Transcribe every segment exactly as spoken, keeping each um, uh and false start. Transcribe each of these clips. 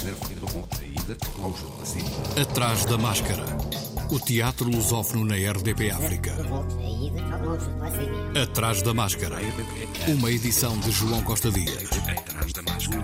Atrás da Máscara. O teatro lusófono na R D P África. Atrás da Máscara. Uma edição de João Costa Dias. Atrás da Máscara.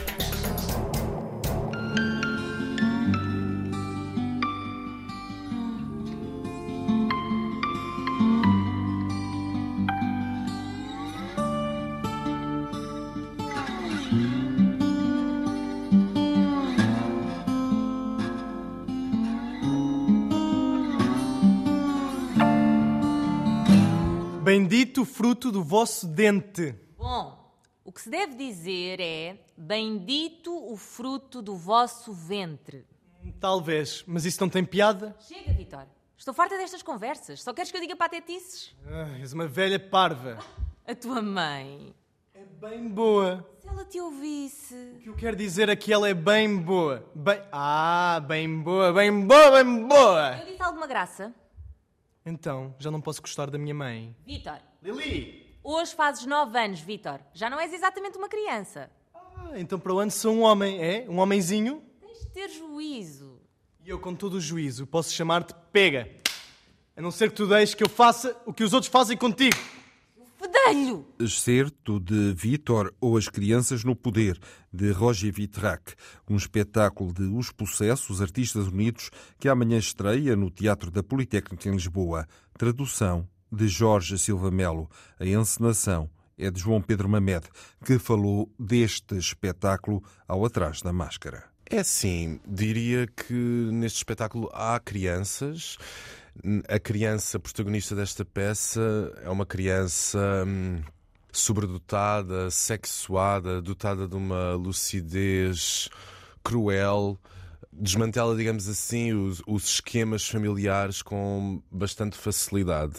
Bendito o fruto do vosso dente. Bom, o que se deve dizer é: bendito o fruto do vosso ventre. Talvez, mas isso não tem piada? Chega, Vitor. Estou farta destas conversas. Só queres que eu diga patetices? Ah, és uma velha parva. A tua mãe. É bem boa. Se ela te ouvisse... O que eu quero dizer é que ela é bem boa. Bem... Ah, bem boa, bem boa, bem boa. Eu disse alguma graça? Então, já não posso gostar da minha mãe. Vitor. Lili! Hoje fazes nove anos, Vitor. Já não és exatamente uma criança. Ah, então para onde sou um homem, é? Um homenzinho? Tens de ter juízo. E eu, com todo o juízo, posso chamar-te pega. A não ser que tu deixes que eu faça o que os outros fazem contigo. Fedelho! Excerto de Vítor ou As Crianças no Poder, de Roger Vitrac, um espetáculo de Os Possessos, Artistas Unidos, que amanhã estreia no Teatro da Politécnica em Lisboa. Tradução de Jorge Silva Melo. A encenação é de João Pedro Mamed, que falou deste espetáculo ao Atrás da Máscara. É sim, diria que neste espetáculo há crianças. A criança protagonista desta peça é uma criança hum, sobredotada, sexuada, dotada de uma lucidez cruel, desmantela, digamos assim, os, os esquemas familiares com bastante facilidade.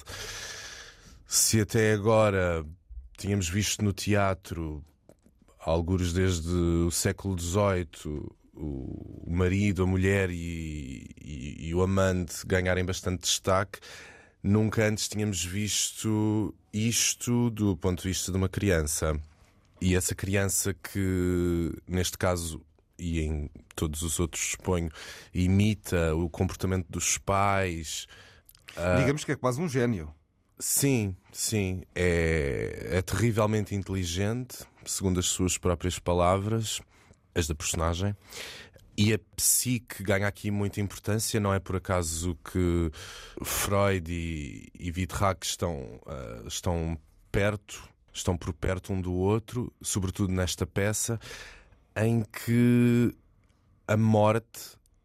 Se até agora tínhamos visto no teatro, algures desde o século dezoito, o marido, a mulher e, e, e o amante ganharem bastante destaque, nunca antes tínhamos visto isto do ponto de vista de uma criança. E essa criança que, neste caso, e em todos os outros, suponho, imita o comportamento dos pais. Digamos que é quase um gênio. Sim, sim. É, é terrivelmente inteligente, segundo as suas próprias palavras, as da personagem. E a psique ganha aqui muita importância. Não é por acaso que Freud e, e Vitrac estão, uh, estão perto, estão por perto um do outro, sobretudo nesta peça, em que a morte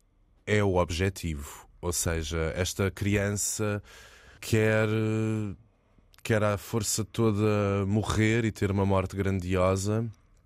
é o objetivo. Ou seja, esta criança quer, quer à força toda morrer e ter uma morte grandiosa.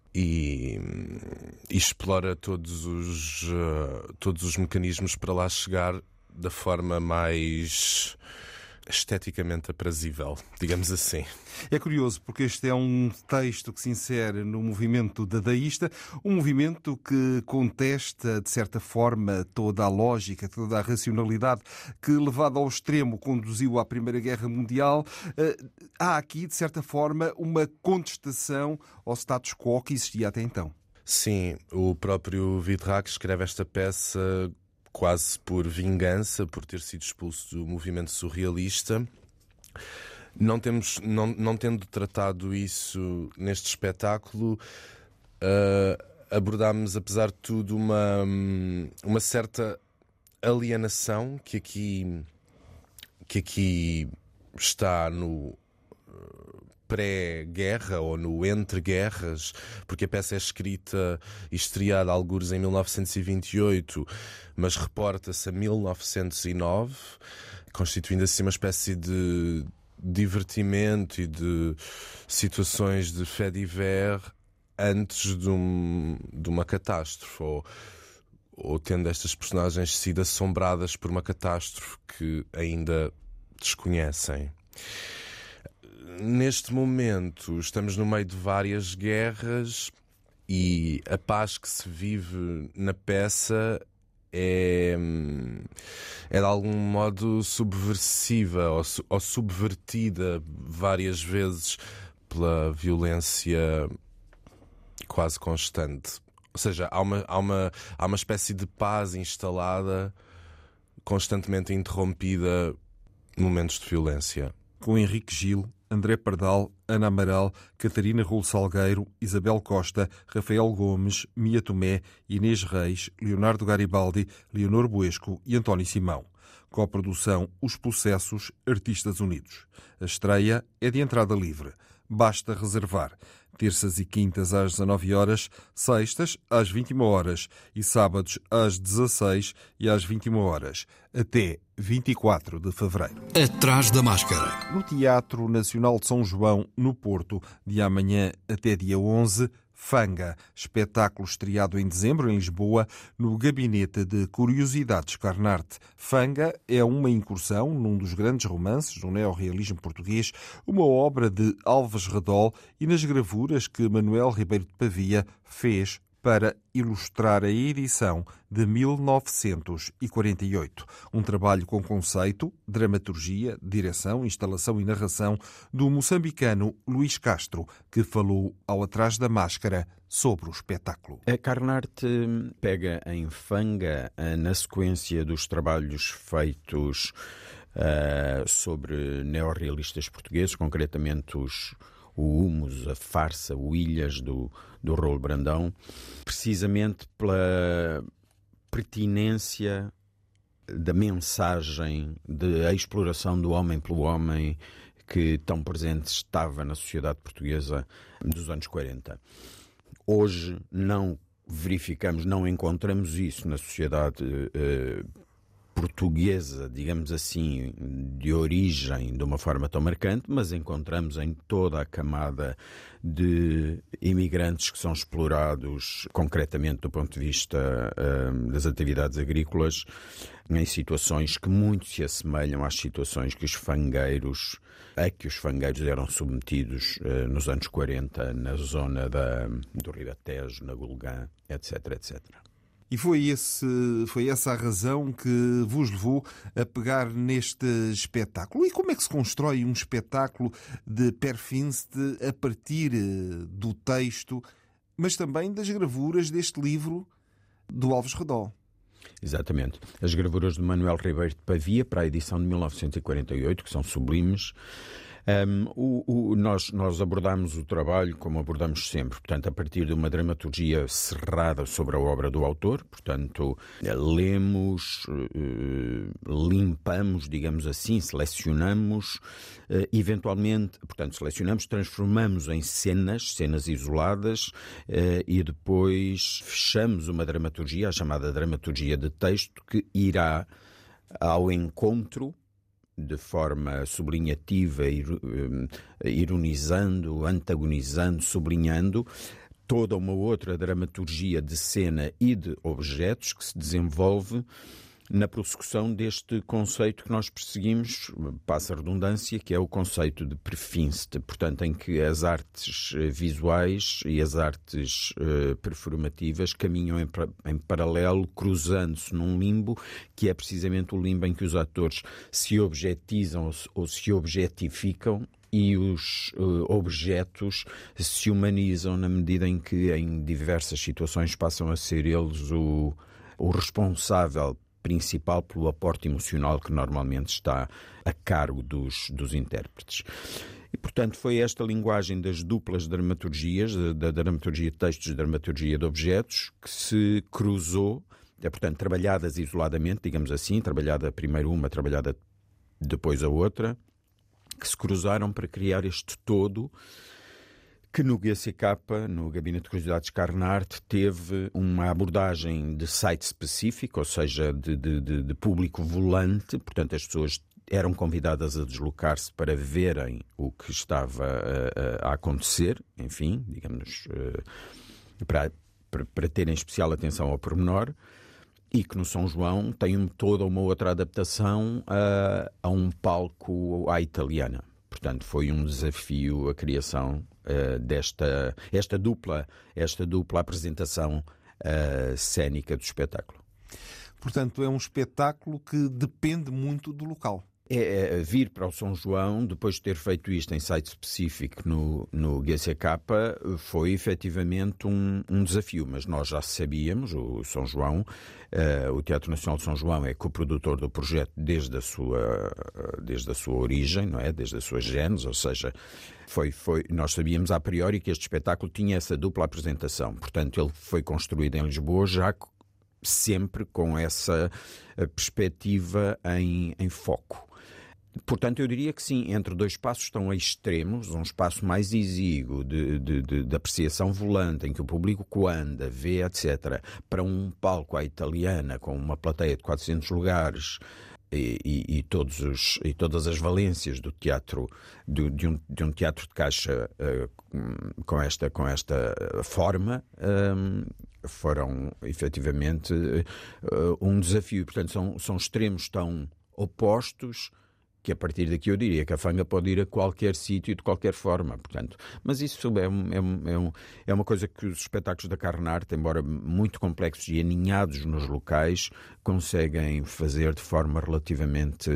E, e explora todos os, uh, todos os mecanismos para lá chegar da forma mais esteticamente aprazível, digamos assim. É curioso porque este é um texto que se insere no movimento dadaísta, um movimento que contesta, de certa forma, toda a lógica, toda a racionalidade que, levada ao extremo, conduziu à Primeira Guerra Mundial. Há aqui, de certa forma, uma contestação ao status quo que existia até então. Sim, o próprio Vitrac escreve esta peça quase por vingança, por ter sido expulso do movimento surrealista. Não, temos, não, não tendo tratado isso neste espetáculo, uh, abordámos, apesar de tudo, uma, uma certa alienação que aqui, que aqui está no pré-guerra ou no entre-guerras, porque a peça é escrita e estreada algures em mil novecentos e vinte e oito, mas reporta-se a mil novecentos e nove, constituindo assim uma espécie de divertimento e de situações de fait divers antes de, um, de uma catástrofe, ou, ou tendo estas personagens sido assombradas por uma catástrofe que ainda desconhecem. Neste momento estamos no meio de várias guerras e a paz que se vive na peça é, é de algum modo subversiva ou, ou subvertida várias vezes pela violência quase constante. Ou seja, há uma, há uma, há uma espécie de paz instalada, constantemente interrompida, momentos de violência. Com Henrique Gil, André Pardal, Ana Amaral, Catarina Rolo Salgueiro, Isabel Costa, Rafael Gomes, Mia Tomé, Inês Reis, Leonardo Garibaldi, Leonor Buesco e António Simão. Coprodução Os Processos, Artistas Unidos. A estreia é de entrada livre. Basta reservar. Terças e quintas às dezanove horas, sextas às vinte e uma horas e sábados às dezasseis e às vinte e uma horas, até vinte e quatro de fevereiro. Atrás da Máscara. No Teatro Nacional de São João, no Porto, de amanhã até dia onze, Fanga, espetáculo estreado em dezembro em Lisboa, no Gabinete de Curiosidades Carnarte. Fanga é uma incursão num dos grandes romances do neorrealismo português, uma obra de Alves Redol e nas gravuras que Manuel Ribeiro de Pavia fez para ilustrar a edição de mil novecentos e quarenta e oito. Um trabalho com conceito, dramaturgia, direção, instalação e narração do moçambicano Luís Castro, que falou ao Atrás da Máscara sobre o espetáculo. A Carnarte pega em Fanga na sequência dos trabalhos feitos uh, sobre neorrealistas portugueses, concretamente os o Humus, a Farsa, o Ilhas, do, do Rolo Brandão, precisamente pela pertinência da mensagem de a exploração do homem pelo homem que tão presente estava na sociedade portuguesa dos anos quarenta. Hoje não verificamos, não encontramos isso na sociedade eh, portuguesa, digamos assim, de origem de uma forma tão marcante, mas encontramos em toda a camada de imigrantes que são explorados, concretamente do ponto de vista uh, das atividades agrícolas, em situações que muito se assemelham às situações que os fangueiros, a que os fangueiros eram submetidos uh, nos anos quarenta, na zona da, do Ribatejo, na Gulgã, etc, etcétera. E foi, esse, foi essa a razão que vos levou a pegar neste espetáculo. E como é que se constrói um espetáculo de Per Finste a partir do texto, mas também das gravuras deste livro do Alves Redol? Exatamente. As gravuras de Manuel Ribeiro de Pavia para a edição de mil novecentos e quarenta e oito, que são sublimes. Um, o, o, nós, nós abordamos o trabalho como abordamos sempre, portanto, a partir de uma dramaturgia cerrada sobre a obra do autor, portanto, lemos, uh, limpamos, digamos assim, selecionamos, uh, eventualmente, portanto, selecionamos, transformamos em cenas, cenas isoladas, uh, e depois fechamos uma dramaturgia, a chamada dramaturgia de texto, que irá ao encontro de forma sublinhativa, ironizando, antagonizando, sublinhando toda uma outra dramaturgia de cena e de objetos que se desenvolve na prossecução deste conceito que nós perseguimos, passa a redundância, que é o conceito de Per Finste, portanto, em que as artes visuais e as artes uh, performativas caminham em, em paralelo, cruzando-se num limbo, que é precisamente o limbo em que os atores se objetizam ou se, ou se objetificam e os uh, objetos se humanizam na medida em que, em diversas situações, passam a ser eles o, o responsável principal pelo aporte emocional que normalmente está a cargo dos, dos intérpretes. E, portanto, foi esta linguagem das duplas dramaturgias, da dramaturgia de textos e dramaturgia de objetos, que se cruzou, é, portanto, trabalhadas isoladamente, digamos assim, trabalhada primeiro uma, trabalhada depois a outra, que se cruzaram para criar este todo que no G C K, no Gabinete de Curiosidades Carnarte, teve uma abordagem de site específico, ou seja, de, de, de público volante, portanto as pessoas eram convidadas a deslocar-se para verem o que estava a, a acontecer, enfim, digamos, para, para, para terem especial atenção ao pormenor, e que no São João tem toda uma outra adaptação a, a um palco à italiana. Portanto, foi um desafio a criação uh, desta esta dupla, esta dupla apresentação uh, cénica do espetáculo. Portanto, é um espetáculo que depende muito do local. É, é, vir para o São João, depois de ter feito isto em site específico no, no G C K, foi efetivamente um, um desafio, mas nós já sabíamos, o São João, uh, o Teatro Nacional de São João é coprodutor do projeto desde a sua, desde a sua origem, não é? Desde a sua gênese, ou seja, foi, foi, nós sabíamos a priori que este espetáculo tinha essa dupla apresentação, portanto ele foi construído em Lisboa já sempre com essa perspectiva em, em foco. Portanto, eu diria que sim, entre dois espaços tão extremos, um espaço mais exíguo de, de, de, de apreciação volante, em que o público anda, vê, etcétera, para um palco à italiana, com uma plateia de quatrocentos lugares e, e, e, todos os, e todas as valências do teatro, de, de, um, de um teatro de caixa uh, com, esta, com esta forma, um, foram efetivamente uh, um desafio. Portanto, são, são extremos tão opostos que a partir daqui eu diria que a Fanga pode ir a qualquer sítio de qualquer forma, portanto. Mas isso é, um, é, um, é, um, é uma coisa que os espetáculos da Carnarte, embora muito complexos e aninhados nos locais, conseguem fazer de forma relativamente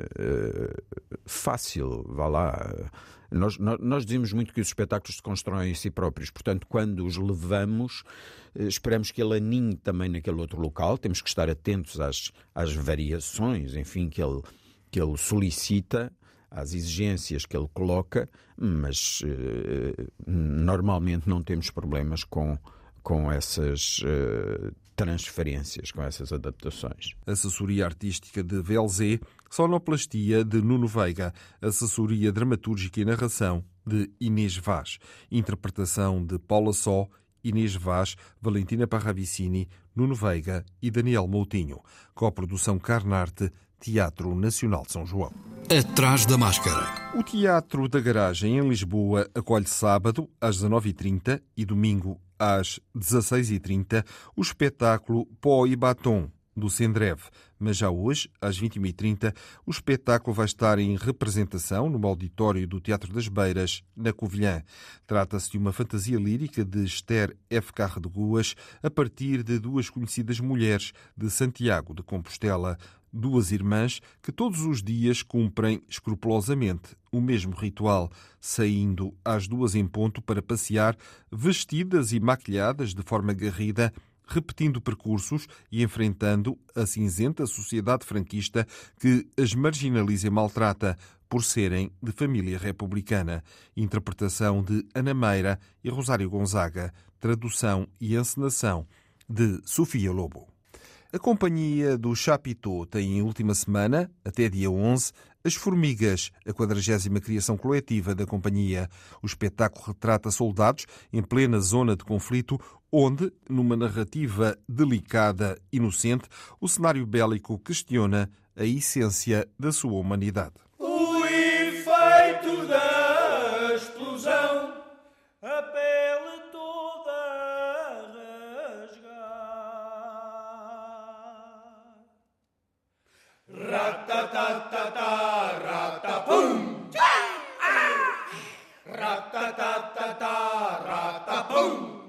uh, fácil, vá lá. Nós, nós, nós dizemos muito que os espetáculos se constroem em si próprios, portanto, quando os levamos, esperamos que ele aninhe também naquele outro local, temos que estar atentos às, às variações, enfim, que ele... que ele solicita, às exigências que ele coloca, mas uh, normalmente não temos problemas com, com essas uh, transferências, com essas adaptações. Assessoria artística de Velzé, sonoplastia de Nuno Veiga, assessoria dramatúrgica e narração de Inês Vaz, interpretação de Paula Só, Inês Vaz, Valentina Parravicini, Nuno Veiga e Daniel Moutinho. Coprodução Carnarte, Teatro Nacional de São João. Atrás da Máscara. O Teatro da Garagem, em Lisboa, acolhe sábado às dezanove e trinta e domingo às dezasseis e trinta o espetáculo Pó e Batom, do Sendreve. Mas já hoje, às vinte e uma e trinta, o espetáculo vai estar em representação no auditório do Teatro das Beiras, na Covilhã. Trata-se de uma fantasia lírica de Esther F. Carre de Guas, a partir de duas conhecidas mulheres de Santiago de Compostela, duas irmãs que todos os dias cumprem escrupulosamente o mesmo ritual, saindo às duas em ponto para passear, vestidas e maquilhadas de forma garrida, repetindo percursos e enfrentando a cinzenta sociedade franquista que as marginaliza e maltrata por serem de família republicana. Interpretação de Ana Meira e Rosário Gonzaga. Tradução e encenação de Sofia Lobo. A Companhia do Chapitão tem em última semana, até dia onze, As Formigas, a quadragésima criação coletiva da companhia. O espetáculo retrata soldados em plena zona de conflito, onde, numa narrativa delicada, inocente, o cenário bélico questiona a essência da sua humanidade. O efeito da explosão, a pele toda a rasgar. Ratatatata, ratapum! Ratatatata, ratapum!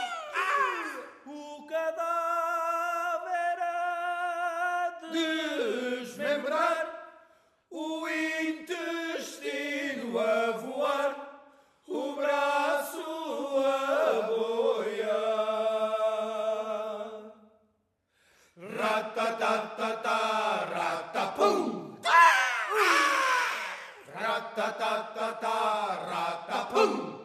O cadáver há de desmembrar, o intestino a voar, o braço a boiar. Ratatatata, ratapum! Ratatatata, ratapum!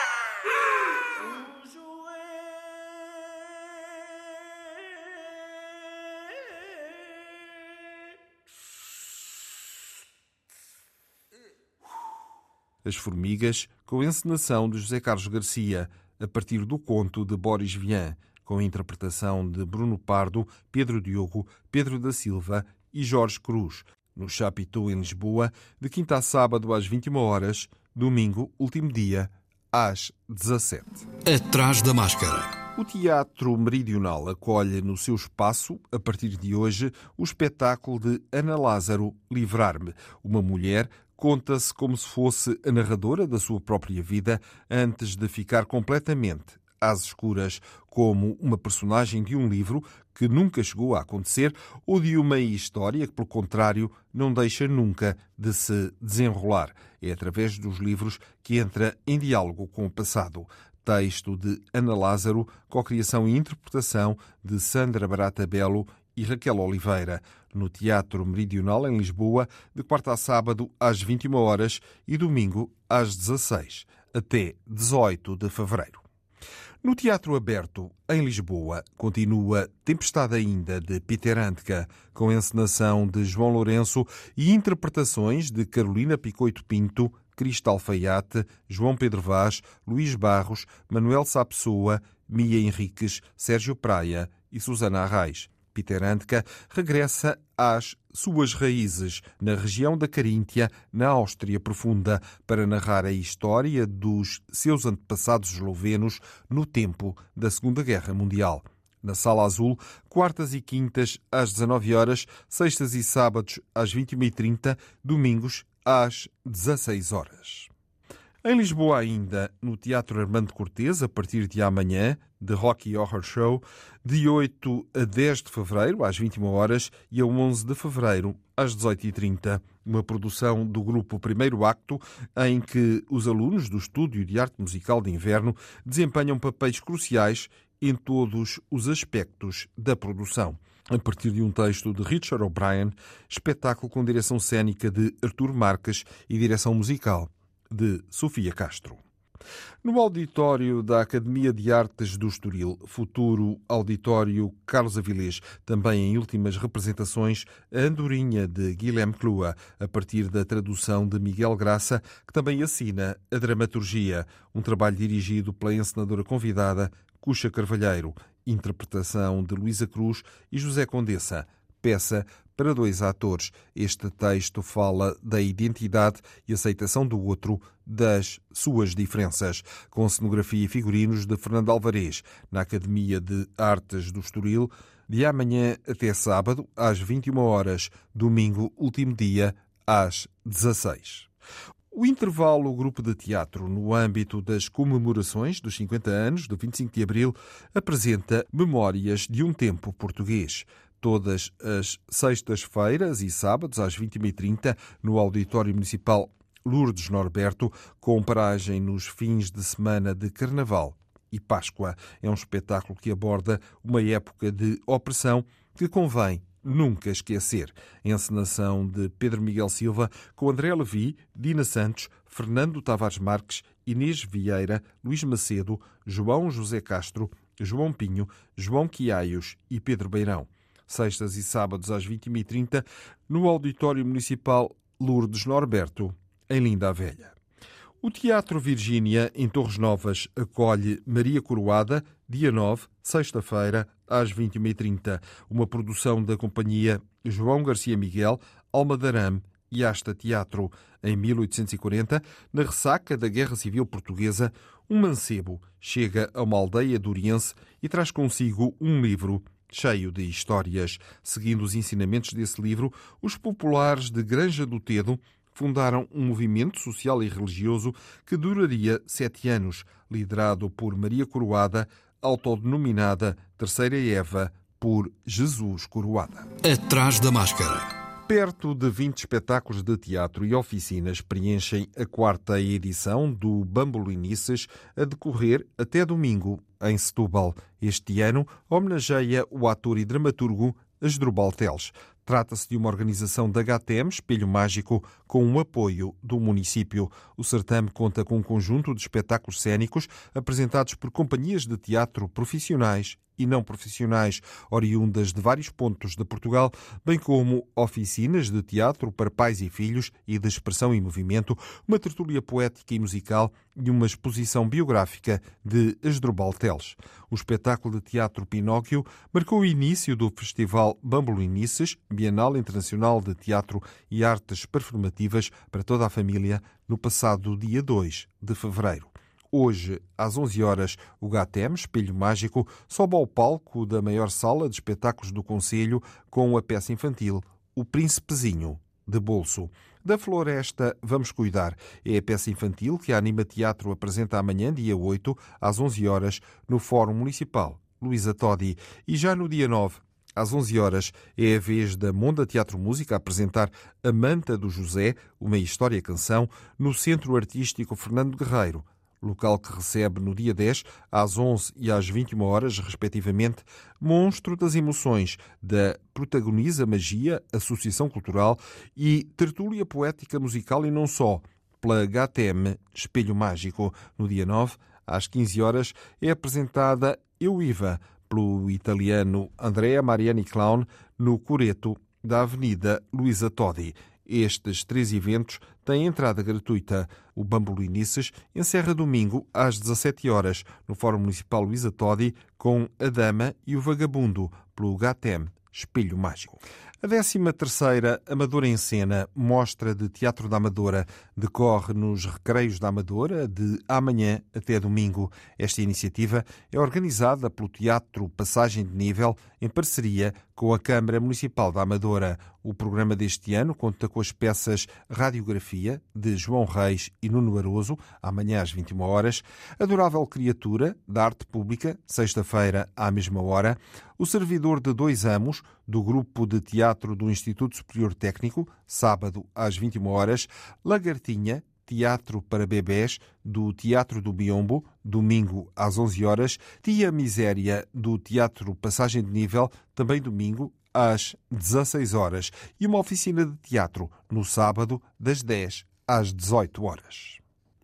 As Formigas, com encenação de José Carlos Garcia, a partir do conto de Boris Vian, com a interpretação de Bruno Pardo, Pedro Diogo, Pedro da Silva e Jorge Cruz, no Chapitão em Lisboa, de quinta a sábado às vinte e uma horas, domingo, último dia, às dezassete. Atrás da Máscara. O Teatro Meridional acolhe no seu espaço, a partir de hoje, o espetáculo de Ana Lázaro, Livrar-me. Uma mulher conta-se como se fosse a narradora da sua própria vida antes de ficar completamente às escuras, como uma personagem de um livro que nunca chegou a acontecer ou de uma história que, pelo contrário, não deixa nunca de se desenrolar. É através dos livros que entra em diálogo com o passado. Texto de Ana Lázaro, cocriação e interpretação de Sandra Barata Belo e Raquel Oliveira, no Teatro Meridional, em Lisboa, de quarta a sábado às vinte e uma horas e domingo às dezasseis, até dezoito de fevereiro. No Teatro Aberto, em Lisboa, continua Tempestade Ainda, de Peter Handke, com encenação de João Lourenço e interpretações de Carolina Picoito Pinto, Cristal Faiate, João Pedro Vaz, Luís Barros, Manuel Sá Pessoa, Mia Henriques, Sérgio Praia e Susana Arraes. Peter Handke regressa às suas raízes, na região da Caríntia, na Áustria Profunda, para narrar a história dos seus antepassados eslovenos no tempo da Segunda Guerra Mundial. Na Sala Azul, quartas e quintas às dezanove horas, sextas e sábados às vinte e uma e trinta, domingos às dezasseis horas. Em Lisboa ainda, no Teatro Armando Cortês, a partir de amanhã, The Rocky Horror Show, de oito a dez de fevereiro, às vinte e uma horas, e a onze de fevereiro, às dezoito e trinta. Uma produção do grupo Primeiro Acto, em que os alunos do Estúdio de Arte Musical de Inverno desempenham papéis cruciais em todos os aspectos da produção. A partir de um texto de Richard O'Brien, espetáculo com direção cênica de Artur Marques e direção musical de Sofia Castro. No auditório da Academia de Artes do Estoril, futuro auditório Carlos Avilés, também em últimas representações, a Andorinha de Guilherme Clua, a partir da tradução de Miguel Graça, que também assina a dramaturgia, um trabalho dirigido pela encenadora convidada Cuxa Carvalheiro, interpretação de Luísa Cruz e José Condessa, peça para dois atores. Este texto fala da identidade e aceitação do outro, das suas diferenças, com cenografia e figurinos de Fernando Alvarez, na Academia de Artes do Estoril, de amanhã até sábado, às vinte e uma horas, domingo, último dia, às dezasseis. O Intervalo Grupo de Teatro, no âmbito das comemorações dos cinquenta anos do vinte e cinco de Abril, apresenta Memórias de um Tempo Português. Todas as sextas-feiras e sábados, às vinte e uma e trinta, no Auditório Municipal Lourdes Norberto, com paragem nos fins de semana de Carnaval e Páscoa. É um espetáculo que aborda uma época de opressão que convém nunca esquecer. Encenação de Pedro Miguel Silva, com André Levi, Dina Santos, Fernando Tavares Marques, Inês Vieira, Luís Macedo, João José Castro, João Pinho, João Quiaios e Pedro Beirão. Sextas e sábados às vinte e uma e trinta, no Auditório Municipal Lourdes Norberto, em Linda a Velha. O Teatro Virgínia, em Torres Novas, acolhe Maria Coroada, dia nove, sexta-feira, às vinte e uma e trinta. Uma produção da companhia João Garcia Miguel, Alma de Arame e Asta Teatro. Em mil oitocentos e quarenta, na ressaca da Guerra Civil Portuguesa, um mancebo chega a uma aldeia duriense e traz consigo um livro cheio de histórias. Seguindo os ensinamentos desse livro, os populares de Granja do Tedo fundaram um movimento social e religioso que duraria sete anos, liderado por Maria Coroada, autodenominada Terceira Eva, por Jesus Coroada. Atrás da Máscara. Perto de vinte espetáculos de teatro e oficinas preenchem a quarta edição do Bambolinices, a decorrer até domingo, em Setúbal. Este ano homenageia o ator e dramaturgo Asdrubal Teles. Trata-se de uma organização da H T M Espelho Mágico com o apoio do município. O certame conta com um conjunto de espetáculos cênicos apresentados por companhias de teatro profissionais e não profissionais, oriundas de vários pontos de Portugal, bem como oficinas de teatro para pais e filhos e de expressão e movimento, uma tertúlia poética e musical e uma exposição biográfica de Asdrubal Teles. O espetáculo de teatro Pinóquio marcou o início do Festival Bambolinices, Bienal Internacional de Teatro e Artes Performativas para toda a família, no passado dia dois de fevereiro. Hoje, às onze horas, o G A T M Espelho Mágico sobe ao palco da maior sala de espetáculos do concelho com a peça infantil O Príncipezinho de Bolso. Da Floresta Vamos Cuidar é a peça infantil que a Anima Teatro apresenta amanhã, dia oito, às onze horas, no Fórum Municipal Luísa Todi. E já no dia nove, às onze horas, é a vez da Monda Teatro Música a apresentar A Manta do José, uma história-canção, no Centro Artístico Fernando Guerreiro, local que recebe no dia dez, às onze e às vinte e uma horas, respectivamente, Monstro das Emoções, da Protagoniza Magia, Associação Cultural, e Tertúlia Poética Musical e não só, pela H T M Espelho Mágico. No dia nove, às quinze horas, é apresentada Eu Iva, pelo italiano Andrea Mariani Clown, no Coreto da Avenida Luísa Todi. Estes três eventos têm entrada gratuita. O Bambolinices encerra domingo às dezassete horas, no Fórum Municipal Luísa Todi, com A Dama e o Vagabundo, pelo G A T E M Espelho Mágico. A décima terceira Amadora em Cena, mostra de Teatro da Amadora, decorre nos Recreios da Amadora de amanhã até domingo. Esta iniciativa é organizada pelo Teatro Passagem de Nível, em parceria com a Câmara Municipal da Amadora. O programa deste ano conta com as peças Radiografia, de João Reis e Nuno Aroso, amanhã às vinte e uma horas, Adorável Criatura, da Arte Pública, sexta-feira à mesma hora, O Servidor de Dois Amos, do Grupo de Teatro do Instituto Superior Técnico, sábado às vinte e uma horas, Lagartinha, Teatro para Bebés, do Teatro do Biombo, domingo às onze horas, Tia Miséria, do Teatro Passagem de Nível, também domingo às dezasseis horas, e uma oficina de teatro no sábado das dez às dezoito horas.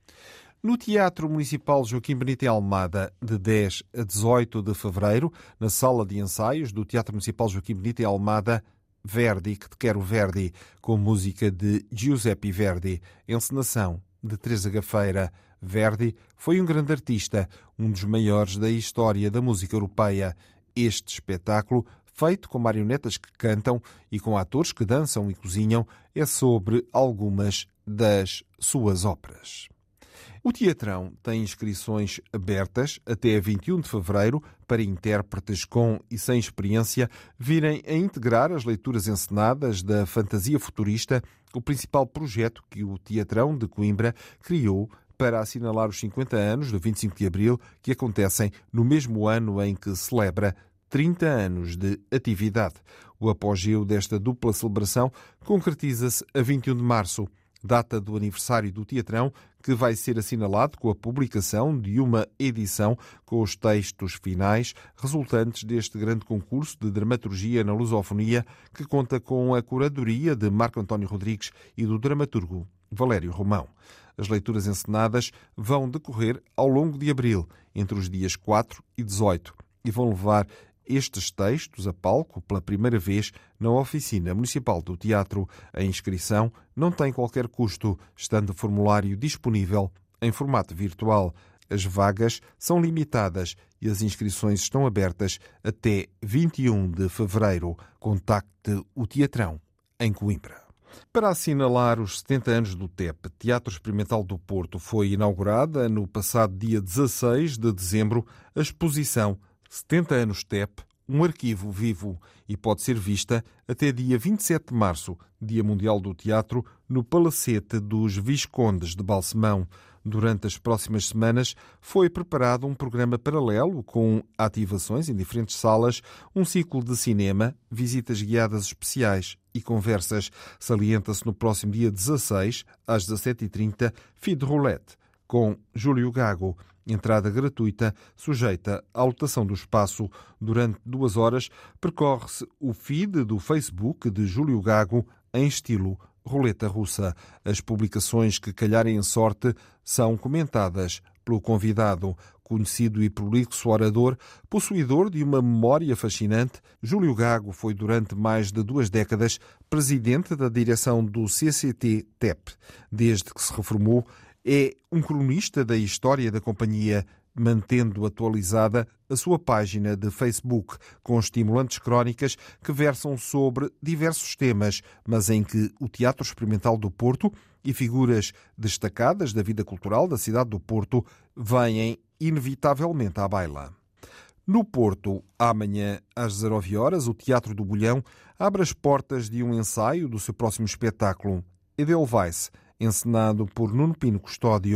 No Teatro Municipal Joaquim Benito em Almada, de dez a dezoito de fevereiro, na Sala de Ensaios do Teatro Municipal Joaquim Benito em Almada, Verdi, que te quero Verdi, com música de Giuseppe Verdi, encenação de Teresa Gafeira. Verdi foi um grande artista, um dos maiores da história da música europeia. Este espetáculo, feito com marionetas que cantam e com atores que dançam e cozinham, é sobre algumas das suas óperas. O Teatrão tem inscrições abertas até vinte e um de fevereiro para intérpretes com e sem experiência virem a integrar as leituras encenadas da Fantasia Futurista, o principal projeto que o Teatrão de Coimbra criou para assinalar os cinquenta anos do vinte e cinco de abril, que acontecem no mesmo ano em que celebra trinta anos de atividade. O apogeu desta dupla celebração concretiza-se a vinte e um de março, data do aniversário do Teatrão, que vai ser assinalado com a publicação de uma edição com os textos finais resultantes deste grande concurso de dramaturgia na lusofonia, que conta com a curadoria de Marco António Rodrigues e do dramaturgo Valério Romão. As leituras encenadas vão decorrer ao longo de abril, entre os dias quatro e dezoito, e vão levar estes textos a palco pela primeira vez na Oficina Municipal do Teatro. A inscrição não tem qualquer custo, estando o formulário disponível em formato virtual. As vagas são limitadas e as inscrições estão abertas até vinte e um de fevereiro. Contacte o Teatrão em Coimbra. Para assinalar os setenta anos do T E P, Teatro Experimental do Porto, foi inaugurada no passado dia dezasseis de dezembro a exposição setenta anos T E P, um arquivo vivo, e pode ser vista até dia vinte e sete de março, Dia Mundial do Teatro, no Palacete dos Viscondes de Balsemão. Durante as próximas semanas foi preparado um programa paralelo com ativações em diferentes salas, um ciclo de cinema, visitas guiadas especiais e conversas. Salienta-se no próximo dia dezasseis, às dezassete e trinta, Feed Roulette, com Júlio Gago. Entrada gratuita, sujeita à lotação do espaço. Durante duas horas, percorre-se o feed do Facebook de Júlio Gago em estilo roleta russa. As publicações que calharem em sorte são comentadas pelo convidado. Conhecido e prolixo orador, possuidor de uma memória fascinante, Júlio Gago foi durante mais de duas décadas presidente da direção do C C T T E P. Desde que se reformou, é um cronista da história da companhia, mantendo atualizada a sua página de Facebook, com estimulantes crónicas que versam sobre diversos temas, mas em que o Teatro Experimental do Porto e figuras destacadas da vida cultural da cidade do Porto vêm inevitavelmente à baila. No Porto, amanhã às dezenove horas, o Teatro do Bolhão abre as portas de um ensaio do seu próximo espetáculo, Edelweiss, encenado por Nuno Pino Custódio.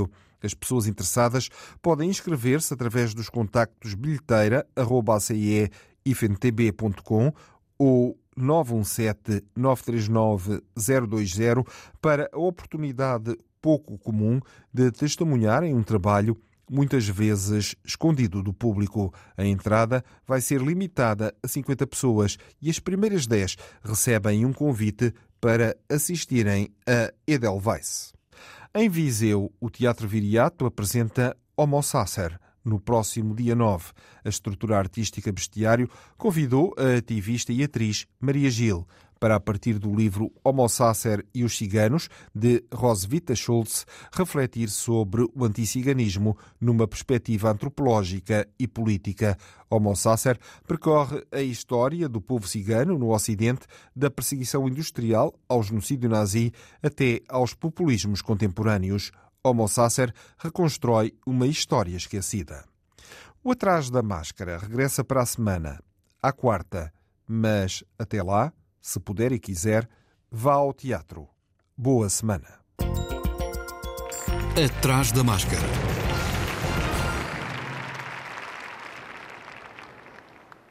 As pessoas interessadas podem inscrever-se através dos contactos bilheteira arroba a c i e f n t b ponto com ou nove um sete, nove três nove, zero dois zero para a oportunidade pouco comum de testemunharem um trabalho muitas vezes escondido do público. A entrada vai ser limitada a cinquenta pessoas e as primeiras dez recebem um convite para assistirem a Edelweiss. Em Viseu, o Teatro Viriato apresenta Homo Sacer. No próximo dia nove, a estrutura artística Bestiário convidou a ativista e atriz Maria Gil para, a partir do livro Homo Sacer e os Ciganos, de Roswitha Schulz, refletir sobre o anticiganismo numa perspectiva antropológica e política. Homo Sacer percorre a história do povo cigano no Ocidente, da perseguição industrial ao genocídio nazi até aos populismos contemporâneos. Homo Sacer reconstrói uma história esquecida. O Atrás da Máscara regressa para a semana, à quarta, mas até lá, se puder e quiser, vá ao teatro. Boa semana. Atrás da Máscara.